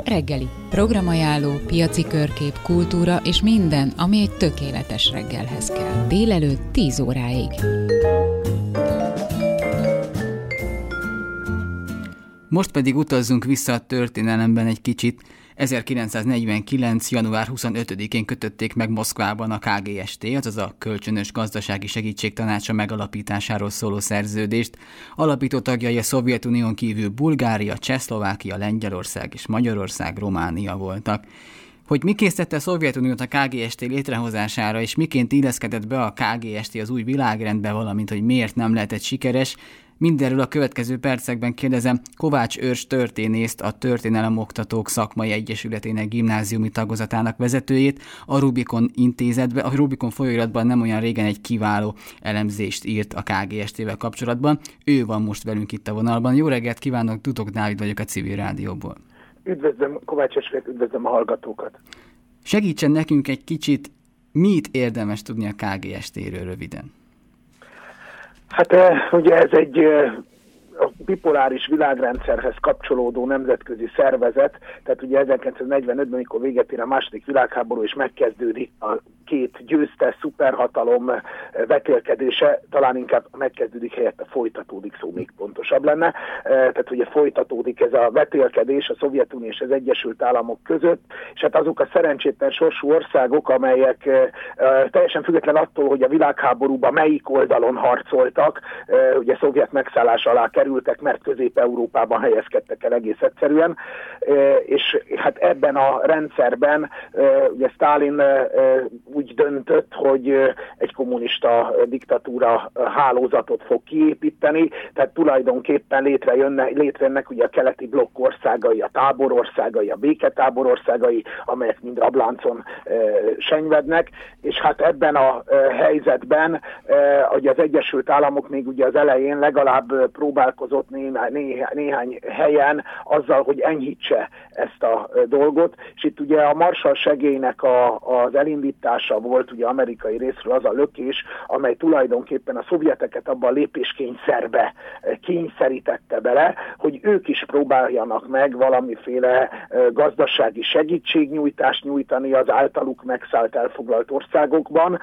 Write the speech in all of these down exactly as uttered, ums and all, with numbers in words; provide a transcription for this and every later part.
Reggeli. Programajánló, piaci körkép, kultúra és minden, ami egy tökéletes reggelhez kell. Délelőtt tíz óráig. Most pedig utazzunk vissza a történelemben egy kicsit. ezerkilencszáznegyvenkilenc. január huszonötödikén kötötték meg Moszkvában a ká gé es té, azaz a Kölcsönös Gazdasági Segítség Tanácsa megalapításáról szóló szerződést. Alapító tagjai a Szovjetunión kívül Bulgária, Csehszlovákia, Lengyelország és Magyarország, Románia voltak. Hogy mi késztette a Szovjetuniót a ká gé es té létrehozására, és miként illeszkedett be a ká gé es té az új világrendbe, valamint hogy miért nem lehetett sikeres, mindenről a következő percekben kérdezem Kovács Őrs történészt, a Történelemoktatók Szakmai Egyesületének gimnáziumi tagozatának vezetőjét. A Rubikon intézetben, a Rubikon folyóiratban nem olyan régen egy kiváló elemzést írt a ká gé es té-vel kapcsolatban. Ő van most velünk itt a vonalban. Jó reggelt kívánok, Tutok Dávid vagyok a Civil Rádióból. Üdvözlöm, Kovács Őrs, üdvözlöm a hallgatókat. Segítsen nekünk egy kicsit, mit érdemes tudni a ká gé es té-ről röviden? Hát ugye ez egy a bipoláris világrendszerhez kapcsolódó nemzetközi szervezet, tehát ugye ezerkilencszáznegyvenötben, amikor véget ér a második világháború, és megkezdődik a két győztes szuperhatalom vetélkedése, talán inkább megkezdődik helyett a folytatódik szó még pontosabb lenne. Tehát ugye folytatódik ez a vetélkedés a Szovjetunió és az Egyesült Államok között, és hát azok a szerencsétlen sorsú országok, amelyek teljesen független attól, hogy a világháborúban melyik oldalon harcoltak, ugye szovjet megszállás alá kerültek, mert Közép-Európában helyezkedtek el egész egyszerűen, és hát ebben a rendszerben ugye Sztálin úgy döntött, hogy egy kommunista diktatúra hálózatot fog kiépíteni, tehát tulajdonképpen létrejönne, létrejönnek ugye a keleti blokk országai, a táborországai, a béketábor országai, amelyek mind rabláncon e, senyvednek, és hát ebben a e, helyzetben e, ugye az Egyesült Államok még ugye az elején legalább próbálkozott néhány, néhány, néhány helyen azzal, hogy enyhítse ezt a e, dolgot, és itt ugye a Marshall segélynek a, az elindítása volt ugye amerikai részről az a lökés, amely tulajdonképpen a szovjeteket abban a lépéskényszerbe kényszerítette bele, hogy ők is próbáljanak meg valamiféle gazdasági segítségnyújtást nyújtani az általuk megszállt elfoglalt országokban,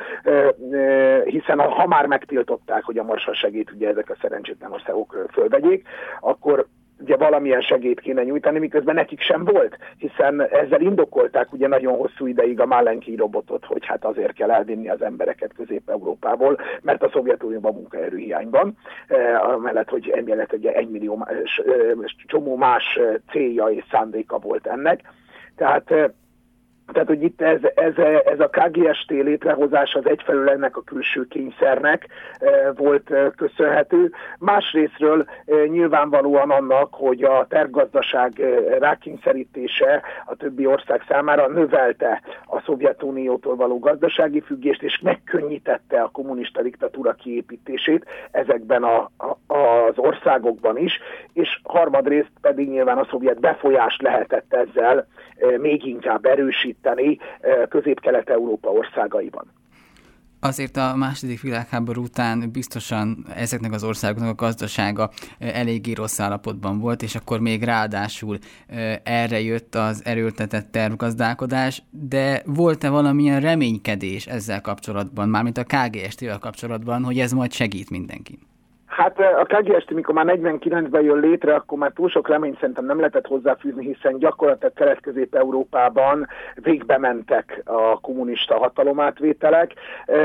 hiszen ha már megtiltották, hogy a Marshall segélyt ugye ezek a szerencsétlen országok fölvegyék, akkor ugye valamilyen segélyt kéne nyújtani, miközben nekik sem volt, hiszen ezzel indokolták ugye nagyon hosszú ideig a Malenki robotot, hogy hát azért kell elvinni az embereket Közép-Európából, mert a Szovjetunióban munkaerőhiány van, amellett, hogy emellett ugye egy millió más, csomó más célja és szándéka volt ennek. Tehát Tehát, hogy itt ez, ez, ez a ká gé es té létrehozása az egyfelől ennek a külső kényszernek e, volt e, köszönhető. Másrésztről e, nyilvánvalóan annak, hogy a tervgazdaság e, rákényszerítése a többi ország számára növelte a Szovjetuniótól való gazdasági függést, és megkönnyítette a kommunista diktatúra kiépítését ezekben a, a, az országokban is, és harmadrészt pedig nyilván a szovjet befolyást lehetett ezzel e, még inkább erősíteni Közép-Kelet-Európa országaiban. Azért a második világháború után biztosan ezeknek az országoknak a gazdasága eléggé rossz állapotban volt, és akkor még ráadásul erre jött az erőltetett tervgazdálkodás, de volt-e valamilyen reménykedés ezzel kapcsolatban, mármint a ká gé es té-vel kapcsolatban, hogy ez majd segít mindenkin? Hát a ká gé es té, mikor már negyvenkilencben jön létre, akkor már túl sok reményt szerintem nem lehetett hozzáfűzni, hiszen gyakorlatilag Kelet-Közép-Európában végbe mentek a kommunista hatalomátvételek,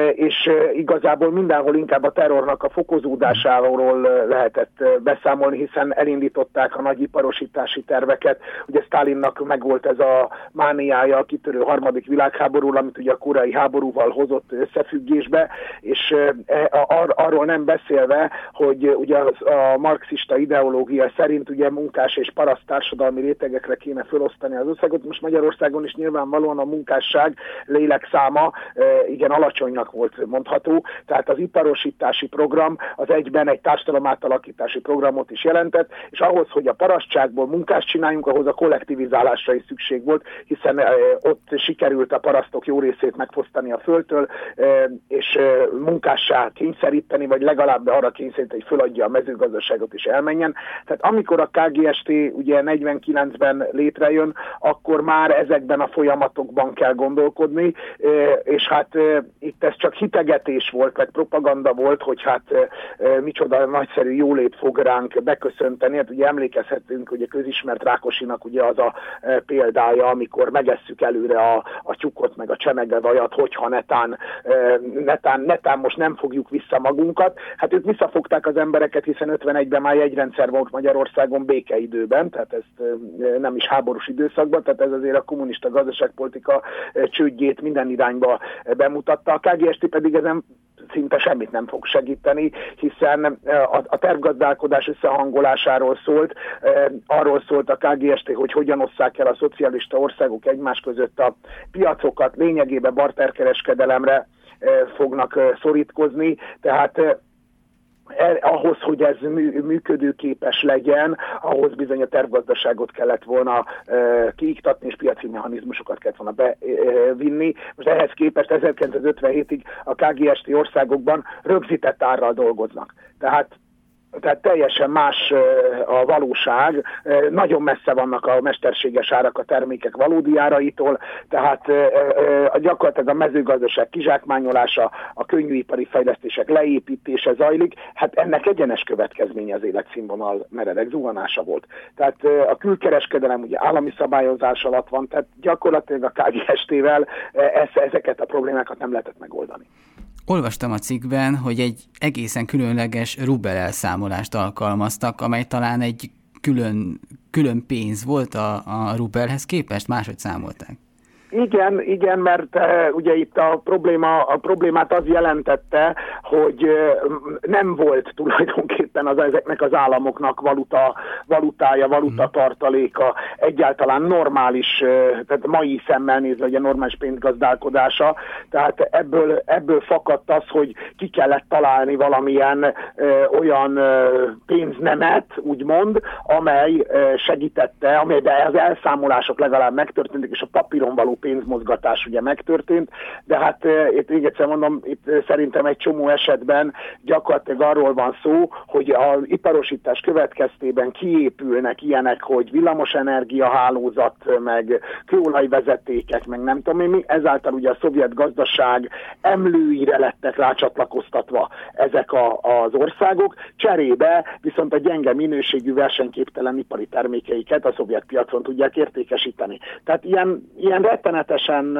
és igazából mindenhol inkább a terrornak a fokozódásáról lehetett beszámolni, hiszen elindították a nagyiparosítási terveket. Ugye Sztálinnak megvolt ez a mániája a kitörő harmadik világháború, amit ugye a koreai háborúval hozott összefüggésbe, és ar- arról nem beszélve, hogy ugye a marxista ideológia szerint ugye munkás és paraszt társadalmi rétegekre kéne felosztani az országot. Most Magyarországon is nyilvánvalóan a munkásság lélekszáma igen alacsonynak volt mondható, tehát az iparosítási program az egyben egy társadalomátalakítási programot is jelentett, és ahhoz, hogy a parasztságból munkást csináljunk, ahhoz a kollektivizálásra is szükség volt, hiszen ott sikerült a parasztok jó részét megfosztani a földtől, és munkássá kényszeríteni, vagy legalább arra kényszeríteni, előállít, hogy föladja a mezőgazdaságot és elmenjen. Tehát amikor a ká gé es té ugye negyvenkilencben létrejön, akkor már ezekben a folyamatokban kell gondolkodni, és hát itt ez csak hitegetés volt, meg propaganda volt, hogy hát micsoda nagyszerű jólét fog ránk beköszönteni. Hát ugye emlékezhetünk, hogy a közismert Rákosinak ugye az a példája, amikor megesszük előre a, a tyukot, meg a csemegevajat, hogyha netán, netán, netán most nem fogjuk vissza magunkat. Hát ők visszafogták az embereket, hiszen ötvenegyben már jegyrendszer volt Magyarországon békeidőben, tehát ezt nem is háborús időszakban, tehát ez azért a kommunista gazdaságpolitika csődjét minden irányba bemutatta. A ká gé es té pedig ezen szinte semmit nem fog segíteni, hiszen a, a tervgazdálkodás összehangolásáról szólt, arról szólt a ká gé es té, hogy hogyan osszák el a szocialista országok egymás között a piacokat, lényegében barterkereskedelemre fognak szorítkozni, tehát Eh, ahhoz, hogy ez mű, működőképes legyen, ahhoz bizony a tervgazdaságot kellett volna eh, kiiktatni, és piaci mechanizmusokat kellett volna bevinni. Eh, Most ehhez képest ezerkilencszázötvenhétig a ká gé es té országokban rögzített árral dolgoznak. Tehát Tehát teljesen más a valóság, nagyon messze vannak a mesterséges árak a termékek valódi áraitól, tehát gyakorlatilag a mezőgazdaság kizsákmányolása, a könnyűipari fejlesztések leépítése zajlik, hát ennek egyenes következménye az életszínvonal meredek zuhanása volt. Tehát a külkereskedelem ugye állami szabályozás alatt van, tehát gyakorlatilag a ká gé es té-vel ezeket a problémákat nem lehetett megoldani. Olvastam a cikkben, hogy egy egészen különleges rubel elszámolást alkalmaztak, amely talán egy külön, külön pénz volt a, a rubelhez képest, máshogy számolták. Igen, igen, mert uh, ugye itt a, probléma, a problémát az jelentette, hogy uh, nem volt tulajdonképpen az, ezeknek az államoknak valuta, valutája, valutatartaléka, egyáltalán normális, uh, tehát mai szemmel nézve, ugye normális pénzgazdálkodása, tehát ebből, ebből fakadt az, hogy ki kellett találni valamilyen uh, olyan uh, pénznemet, úgymond, amely uh, segítette, amelyben az elszámolások legalább megtörténtek, és a papíron való pénzmozgatás ugye megtörtént, de hát itt még egyszer mondom, itt szerintem egy csomó esetben gyakorlatilag arról van szó, hogy az iparosítás következtében kiépülnek ilyenek, hogy villamosenergia hálózat, meg kőolajvezetékek, meg nem tudom én mi, ezáltal ugye a szovjet gazdaság emlőire lettek rácsatlakoztatva ezek a, az országok, cserébe viszont a gyenge minőségű versenyképtelen ipari termékeiket a szovjet piacon tudják értékesíteni. Tehát ilyen, ilyen rettenetesen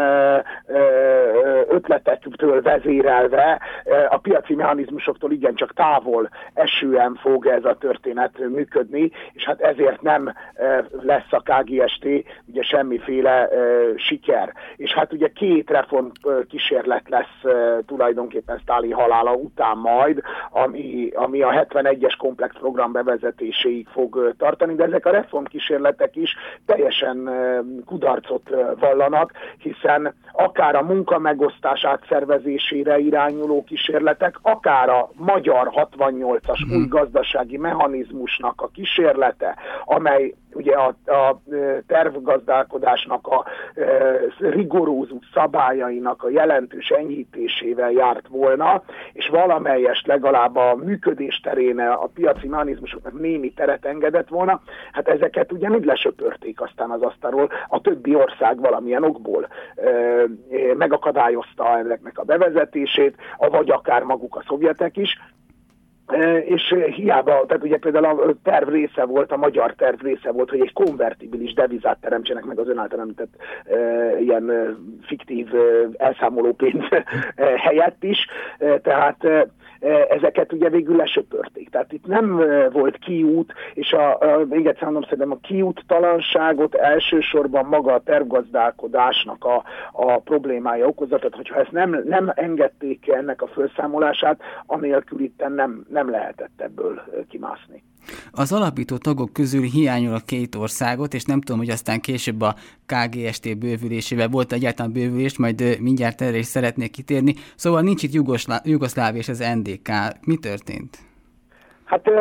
ötletektől vezérelve a piaci mechanizmusoktól igencsak távol esően fog ez a történet működni, és hát ezért nem lesz a ká gé es té ugye semmiféle siker. És hát ugye két reform kísérlet lesz tulajdonképpen Sztálin halála után majd, ami, ami a hetvenegyes komplex program bevezetéséig fog tartani, de ezek a reformkísérletek is teljesen kudarcot vallanak, hiszen akár a munkamegosztás átszervezésére irányuló kísérletek, akár a magyar hatvannyolcas új gazdasági mechanizmusnak a kísérlete, amely ugye a, a tervgazdálkodásnak a e, rigorózus szabályainak a jelentős enyhítésével járt volna, és valamelyest legalább a működés terén a piaci mechanizmusoknak némi teret engedett volna, hát ezeket ugye mind lesöpörték aztán az asztalról, a többi ország valamilyen okból e, megakadályozta ezeknek a bevezetését, vagy akár maguk a szovjetek is, és hiába, tehát ugye például a terv része volt, a magyar terv része volt, hogy egy konvertibilis devizát teremtsenek meg az ön által említett e, ilyen e, fiktív e, elszámoló pénz e, helyett is, e, tehát e, ezeket ugye végül lesöpörték. Tehát itt nem volt kiút, és a, a, még egyszer mondom, szerintem a kiúttalanságot elsősorban maga a tervgazdálkodásnak a, a problémája okozza, tehát hogyha ezt nem, nem engedték ennek a felszámolását, anélkül itt nem, nem lehetett ebből kimászni. Az alapító tagok közül hiányol a két országot, és nem tudom, hogy aztán később a ká gé es té bővülésével volt egyáltalán bővülés, majd mindjárt erre is szeretnék kitérni. Szóval nincs itt Jugoszlá- Jugoszlávia és az en dé ká. Mi történt? Hát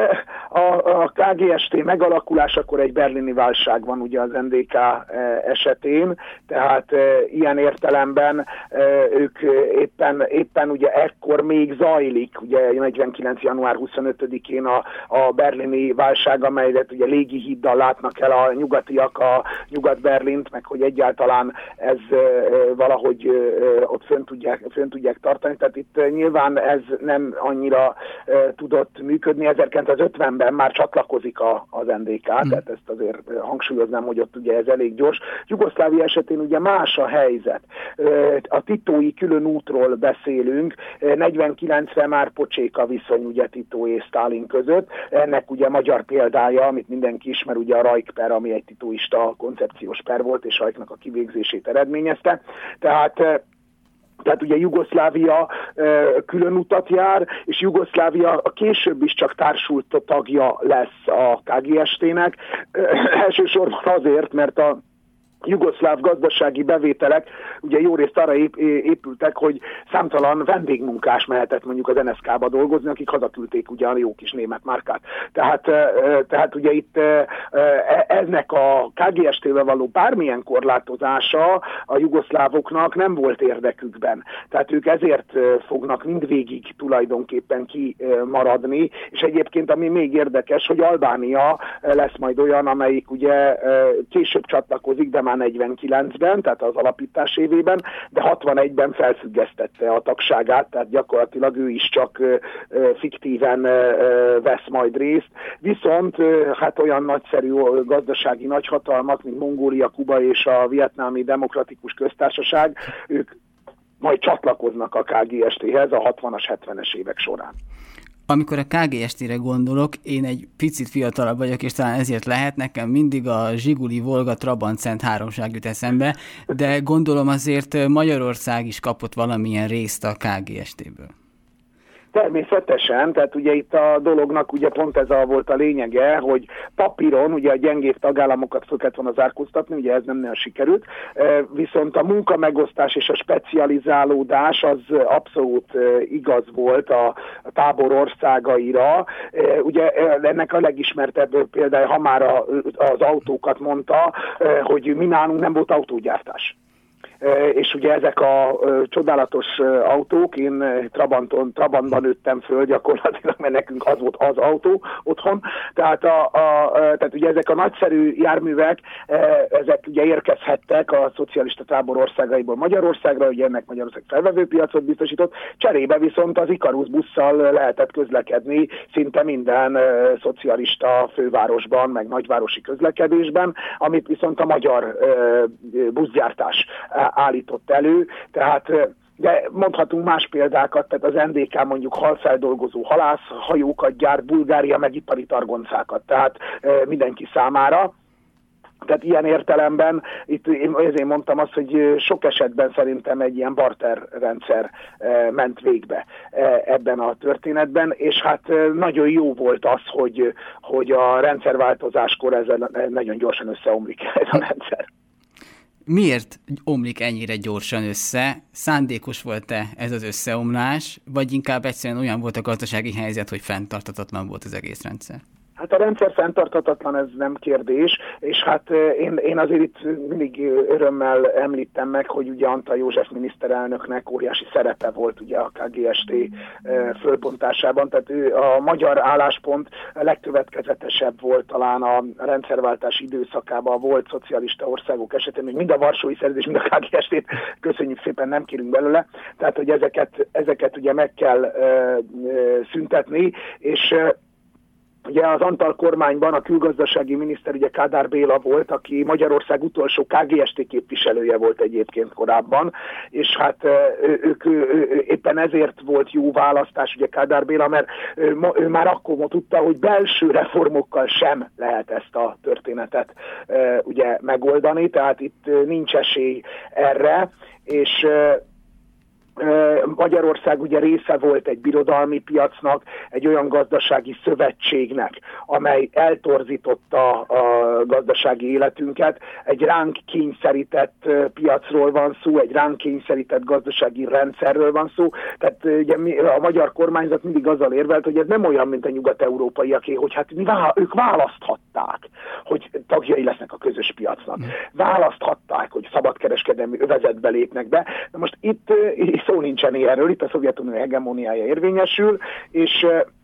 a, a ká gé es té megalakulásakor egy berlini válság van ugye az en dé ká esetén, tehát ilyen értelemben ők éppen, éppen ugye ekkor még zajlik, ugye negyvenkilenc január huszonötödikén a, a berlini válság, amelyet ugye légi híddal látnak el a nyugatiak a Nyugat-Berlint, meg hogy egyáltalán ez valahogy ott fönn tudják, fönn tudják tartani. Tehát itt nyilván ez nem annyira tudott működni. ezerkilencszázötvenben már csatlakozik a, az en dé ká, hmm. tehát ezt azért hangsúlyoznám, hogy ott ugye ez elég gyors. Jugoszlávia esetén ugye más a helyzet. A titói külön útról beszélünk, negyvenkilencre már pocsék a viszony ugye Tito és Sztálin között. Ennek ugye magyar példája, amit mindenki ismer, ugye a Rajk per, ami egy titoista koncepciós per volt, és Rajknak a kivégzését eredményezte. Tehát Tehát ugye Jugoszlávia külön utat jár, és Jugoszlávia a később is csak társult tagja lesz a ká gé es té-nek. Elsősorban azért, mert a jugoszláv gazdasági bevételek ugye jó részt arra épültek, hogy számtalan vendégmunkás mehetett mondjuk az en es ká-ba dolgozni, akik hazaküldték ugye a jó kis német márkát. Tehát, tehát ugye itt ennek a ká gé es té-vel való bármilyen korlátozása a jugoszlávoknak nem volt érdekükben. Tehát ők ezért fognak mindvégig tulajdonképpen kimaradni, és egyébként ami még érdekes, hogy Albánia lesz majd olyan, amelyik ugye később csatlakozik, de már negyvenkilencben, tehát az alapítás évében, de hatvanegyben felfüggesztette a tagságát, tehát gyakorlatilag ő is csak fiktíven vesz majd részt. Viszont hát olyan nagyszerű gazdasági nagyhatalmak, mint Mongólia, Kuba és a Vietnámi Demokratikus Köztársaság, ők majd csatlakoznak a ká gé es té-hez a hatvanas, hetvenes évek során. Amikor a ká gé es té-re gondolok, én egy picit fiatalabb vagyok, és talán ezért lehet, nekem mindig a Zsiguli, Volga, Trabant, Szent háromság jut eszembe, de gondolom azért Magyarország is kapott valamilyen részt a ká gé es té-ből. Természetesen, tehát ugye itt a dolognak ugye pont ez a volt a lényege, hogy papíron ugye a gyengébb tagállamokat föl kellett volna zárkóztatni, ugye ez nem nagyon sikerült, viszont a munkamegosztás és a specializálódás az abszolút igaz volt a tábor országaira. Ugye ennek a legismertebb például, ha már az autókat mondta, hogy mi nálunk nem volt autógyártás. És ugye ezek a csodálatos autók, én Trabanton, Trabantban nőttem föl gyakorlatilag, mert nekünk az volt az autó otthon, tehát, a, a, tehát ugye ezek a nagyszerű járművek, ezek ugye érkezhettek a szocialista tábor országaiból Magyarországra, ugye ennek Magyarország felvevőpiacot biztosított, cserébe viszont az Ikarus busszal lehetett közlekedni szinte minden szocialista fővárosban, meg nagyvárosi közlekedésben, amit viszont a magyar buszgyártás állított elő, tehát de mondhatunk más példákat, tehát az en dé ká mondjuk halfeldolgozó halászhajókat gyárt, Bulgária meg ipari targoncákat, tehát mindenki számára. Tehát ilyen értelemben, itt én ezért mondtam azt, hogy sok esetben szerintem egy ilyen barter rendszer ment végbe ebben a történetben, és hát nagyon jó volt az, hogy, hogy a rendszerváltozáskor ezzel nagyon gyorsan összeomlik ez a rendszer. Miért omlik ennyire gyorsan össze? Szándékos volt-e ez az összeomlás, vagy inkább egyszerűen olyan volt a gazdasági helyzet, hogy fenntarthatatlan volt az egész rendszer? Hát a rendszer fenntarthatatlan, ez nem kérdés, és hát én, én azért itt mindig örömmel említem meg, hogy ugye Antall József miniszterelnöknek óriási szerepe volt ugye a ká gé es té fölbontásában, tehát ő, a magyar álláspont legkövetkezetesebb volt talán a rendszerváltás időszakában a volt szocialista országok esetén, még mind a Varsói Szerződés, mind a ká gé es té-t köszönjük szépen, nem kérünk belőle, tehát hogy ezeket, ezeket ugye meg kell ö, ö, szüntetni, és ugye az Antall kormányban a külgazdasági miniszter ugye Kádár Béla volt, aki Magyarország utolsó ká gé es té képviselője volt egyébként korábban, és hát ők ő, ő, éppen ezért volt jó választás ugye Kádár Béla, mert ő, ő már akkor tudta, hogy belső reformokkal sem lehet ezt a történetet ugye megoldani, tehát itt nincs esély erre, és Magyarország ugye része volt egy birodalmi piacnak, egy olyan gazdasági szövetségnek, amely eltorzította a gazdasági életünket. Egy ránk kényszerített piacról van szó, egy ránk kényszerített gazdasági rendszerről van szó. Tehát ugye a magyar kormányzat mindig azzal érvelt, hogy ez nem olyan, mint a nyugat-európaiaké, hogy hát mi vá- ők választhatták, hogy tagjai lesznek a közös piacnak. Választhatták, hogy szabadkereskedelmi övezetbe lépnek be. Na most itt szó nincsen ilyenről, itt a Szovjetunió hegemóniája érvényesül, és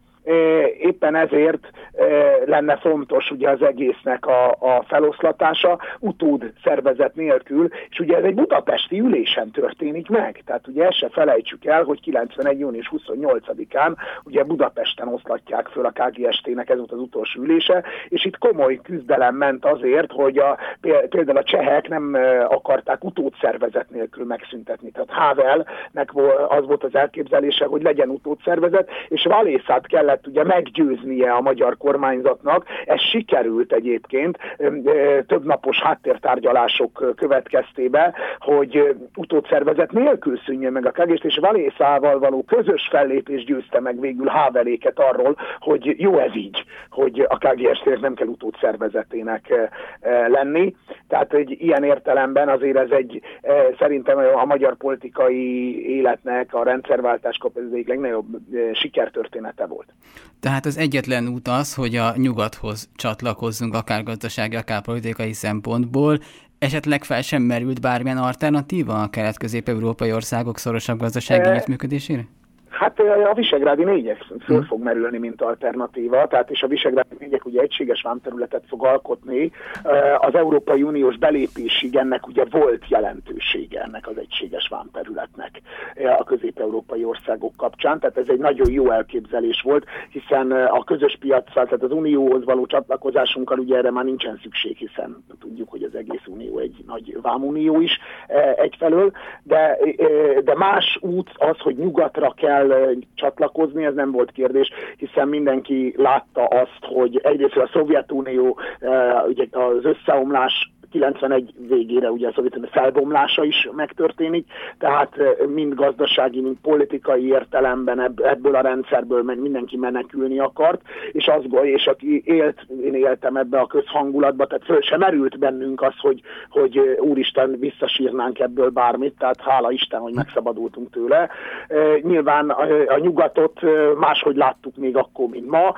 éppen ezért lenne fontos ugye az egésznek a, a feloszlatása utód szervezet nélkül, és ugye ez egy budapesti ülésen történik meg. Tehát ugye ezt se felejtsük el, hogy kilencvenegy június huszonnyolcadikán ugye Budapesten oszlatják föl a ká gé es té-nek, ez volt az utolsó ülése, és itt komoly küzdelem ment azért, hogy a, például a csehek nem akarták utód szervezet nélkül megszüntetni. Tehát Havelnek az volt az elképzelése, hogy legyen utód szervezet, és Valészát kellett ugye meggyőznie a magyar kormányzatnak. Ez sikerült egyébként több napos háttértárgyalások következtében, hogy utódszervezet nélkül szűnjön meg a ká gé es té, és Valészával való közös fellépés győzte meg végül Haveléket arról, hogy jó ez így, hogy a ká gé es té-nek nem kell utódszervezetének lenni. Tehát egy ilyen értelemben azért ez egy szerintem a magyar politikai életnek a rendszerváltáskor ez egyik legnagyobb sikertörténete volt. Tehát az egyetlen út az, hogy a nyugathoz csatlakozzunk, akár gazdasági, akár politikai szempontból. Esetleg fel sem merült bármilyen alternatíva a kelet-közép-európai országok szorosabb gazdasági együttműködésére? Hát a visegrádi négyek föl hmm. fog merülni, mint alternatíva, tehát és a visegrádi négyek ugye egységes vámterületet fog alkotni. Az Európai Uniós belépésig ennek ugye volt jelentősége, ennek az egységes vámterületnek a közép-európai országok kapcsán, tehát ez egy nagyon jó elképzelés volt, hiszen a közös piaccal, tehát az Unióhoz való csatlakozásunkkal ugye erre már nincsen szükség, hiszen tudjuk, hogy az egész Unió egy nagy vámunió is egyfelől, de, de más út az, hogy nyugatra kell csatlakozni, ez nem volt kérdés, hiszen mindenki látta azt, hogy egyrészt a Szovjetunió ugye az összeomlás kilencvenegy végére ugye a Szovjetunió felbomlása is megtörténik, tehát mind gazdasági, mind politikai értelemben ebből a rendszerből mindenki menekülni akart, és az és aki élt, én éltem ebbe a közhangulatba, tehát föl sem merült bennünk az, hogy, hogy úristen, visszasírnánk ebből bármit, tehát hála Isten, hogy megszabadultunk tőle. Nyilván a, a nyugatot máshogy láttuk még akkor, mint ma.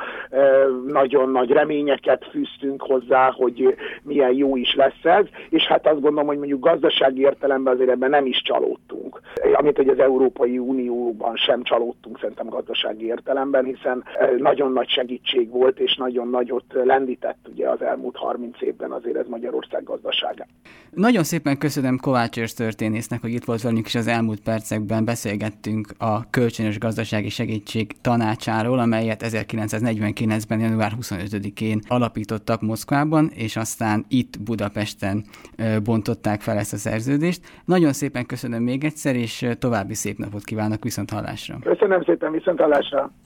Nagyon nagy reményeket fűztünk hozzá, hogy milyen jó is lesz ez, és hát azt gondolom, hogy mondjuk gazdasági értelemben azért ebben nem is csalódtunk. Amit hogy az Európai Unióban sem csalódtunk szerintem gazdasági értelemben, hiszen nagyon nagy segítség volt, és nagyon nagyot lendített ugye az elmúlt harminc évben azért ez Magyarország gazdaságát. Nagyon szépen köszönöm Kovács Őrsz történésznek, hogy itt volt velünk, és az elmúlt percekben beszélgettünk a kölcsönös gazdasági segítség tanácsáról, amelyet ezerkilencszáznegyvenkilencben. január huszonötödikén alapítottak Moszkvában, és aztán itt Budapesten bontották fel ezt a szerződést. Nagyon szépen köszönöm még egyszer, és további szép napot kívánok, viszont hallásra. Köszönöm szépen, viszont hallásra.